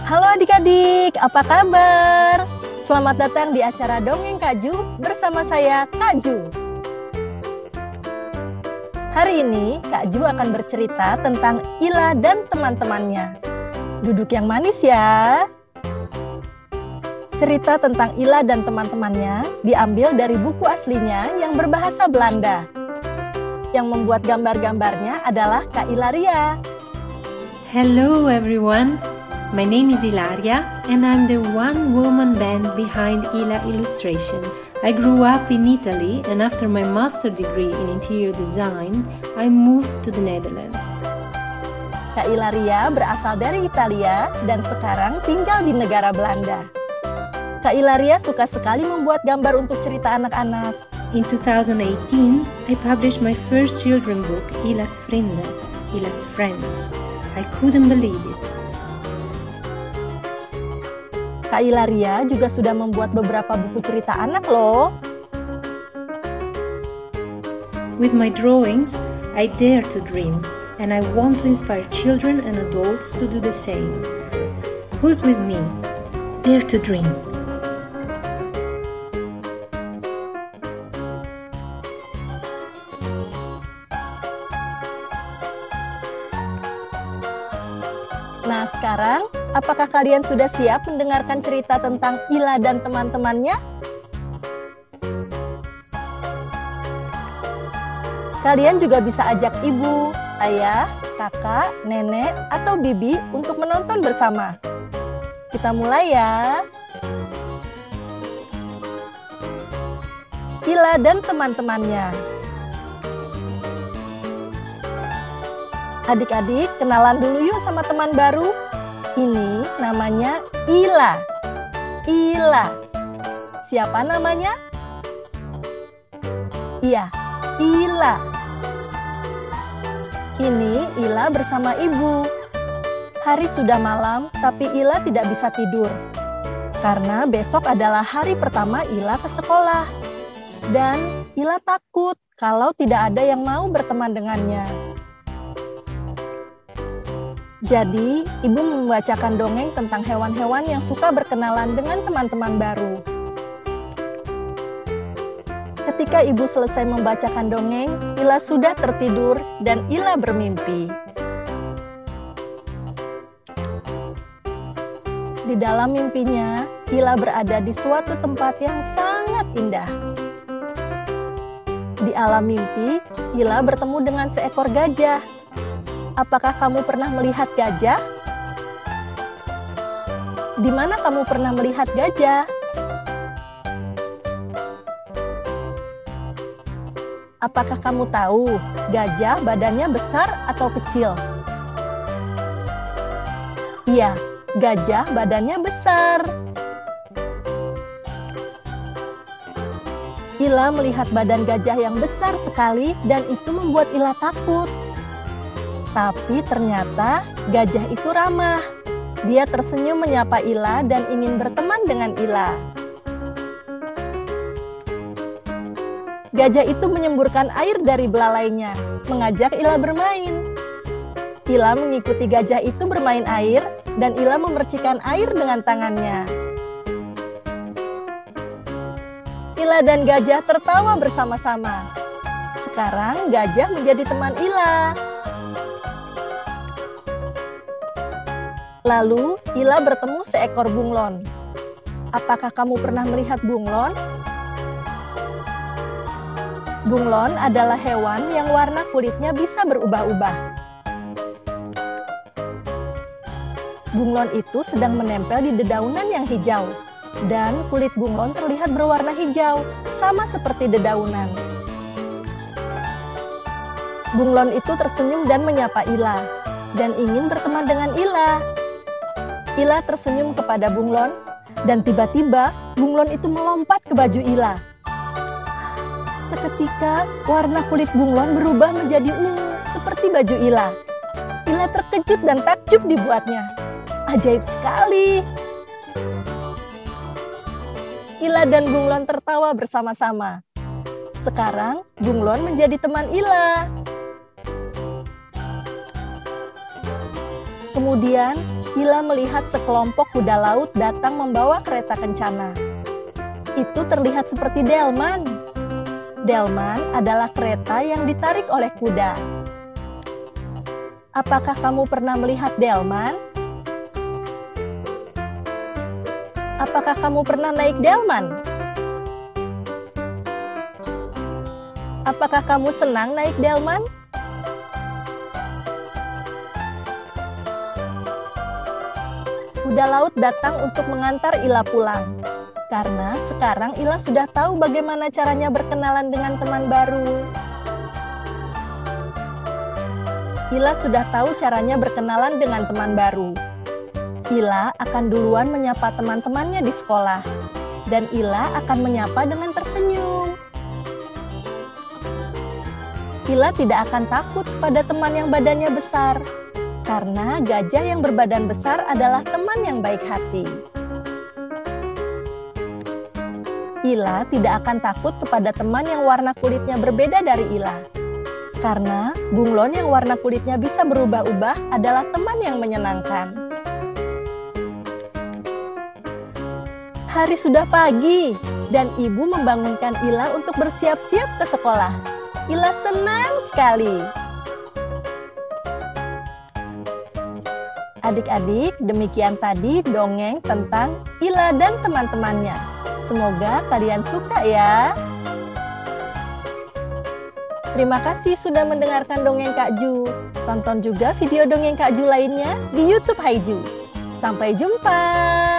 Halo adik-adik, apa kabar? Selamat datang di acara Dongeng Kak Ju bersama saya, Kak Ju. Hari ini, Kak Ju akan bercerita tentang Ila dan teman-temannya. Duduk yang manis ya. Cerita tentang Ila dan teman-temannya diambil dari buku aslinya yang berbahasa Belanda. Yang membuat gambar-gambarnya adalah Kak Ilaria. Hello everyone. My name is Ilaria and I'm the one-woman band behind Ila Illustrations. I grew up in Italy and after my master degree in interior design, I moved to the Netherlands. Kak Ilaria berasal dari Italia dan sekarang tinggal di negara Belanda. Kak Ilaria suka sekali membuat gambar untuk cerita anak-anak. In 2018, I published my first children's book, Ila's Vrienden, Ila's Friends. I couldn't believe it. Kak Ilaria juga sudah membuat beberapa buku cerita anak loh. With my drawings, I dare to dream, and I want to inspire children and adults to do the same. Who's with me? Dare to dream. Nah sekarang, apakah kalian sudah siap mendengarkan cerita tentang Ila dan teman-temannya? Kalian juga bisa ajak ibu, ayah, kakak, nenek, atau bibi untuk menonton bersama. Kita mulai ya. Ila dan teman-temannya. Adik-adik, kenalan dulu yuk sama teman baru. Ini namanya Ila. Ila. Siapa namanya? Iya, Ila. Ini Ila bersama ibu. Hari sudah malam, tapi Ila tidak bisa tidur. Karena besok adalah hari pertama Ila ke sekolah. Dan Ila takut kalau tidak ada yang mau berteman dengannya. Jadi, ibu membacakan dongeng tentang hewan-hewan yang suka berkenalan dengan teman-teman baru. Ketika ibu selesai membacakan dongeng, Ila sudah tertidur dan Ila bermimpi. Di dalam mimpinya, Ila berada di suatu tempat yang sangat indah. Di alam mimpi, Ila bertemu dengan seekor gajah. Apakah kamu pernah melihat gajah? Di mana kamu pernah melihat gajah? Apakah kamu tahu gajah badannya besar atau kecil? Iya, gajah badannya besar. Ila melihat badan gajah yang besar sekali dan itu membuat Ila takut. Tapi ternyata gajah itu ramah. Dia tersenyum menyapa Ila dan ingin berteman dengan Ila. Gajah itu menyemburkan air dari belalainya, mengajak Ila bermain. Ila mengikuti gajah itu bermain air dan Ila memercikan air dengan tangannya. Ila dan gajah tertawa bersama-sama. Sekarang gajah menjadi teman Ila. Lalu, Ila bertemu seekor bunglon. Apakah kamu pernah melihat bunglon? Bunglon adalah hewan yang warna kulitnya bisa berubah-ubah. Bunglon itu sedang menempel di dedaunan yang hijau, dan kulit bunglon terlihat berwarna hijau, sama seperti dedaunan. Bunglon itu tersenyum dan menyapa Ila, dan ingin berteman dengan Ila. Ila tersenyum kepada bunglon, dan tiba-tiba bunglon itu melompat ke baju Ila. Seketika, warna kulit bunglon berubah menjadi ungu, seperti baju Ila. Ila terkejut dan takjub dibuatnya. Ajaib sekali. Ila dan bunglon tertawa bersama-sama. Sekarang, bunglon menjadi teman Ila. Kemudian, Ila melihat sekelompok kuda laut datang membawa kereta kencana. Itu terlihat seperti delman. Delman adalah kereta yang ditarik oleh kuda. Apakah kamu pernah melihat delman? Apakah kamu pernah naik delman? Apakah kamu senang naik delman? Kuda laut datang untuk mengantar Ila pulang. Karena sekarang Ila sudah tahu bagaimana caranya berkenalan dengan teman baru. Ila sudah tahu caranya berkenalan dengan teman baru. Ila akan duluan menyapa teman-temannya di sekolah. Dan Ila akan menyapa dengan tersenyum. Ila tidak akan takut pada teman yang badannya besar. Karena gajah yang berbadan besar adalah teman yang baik hati. Ila tidak akan takut kepada teman yang warna kulitnya berbeda dari Ila. Karena bunglon yang warna kulitnya bisa berubah-ubah adalah teman yang menyenangkan. Hari sudah pagi dan ibu membangunkan Ila untuk bersiap-siap ke sekolah. Ila senang sekali. Adik-adik, demikian tadi dongeng tentang Ila dan teman-temannya. Semoga kalian suka ya. Terima kasih sudah mendengarkan dongeng Kak Ju. Tonton juga video dongeng Kak Ju lainnya di YouTube Haiju. Sampai jumpa.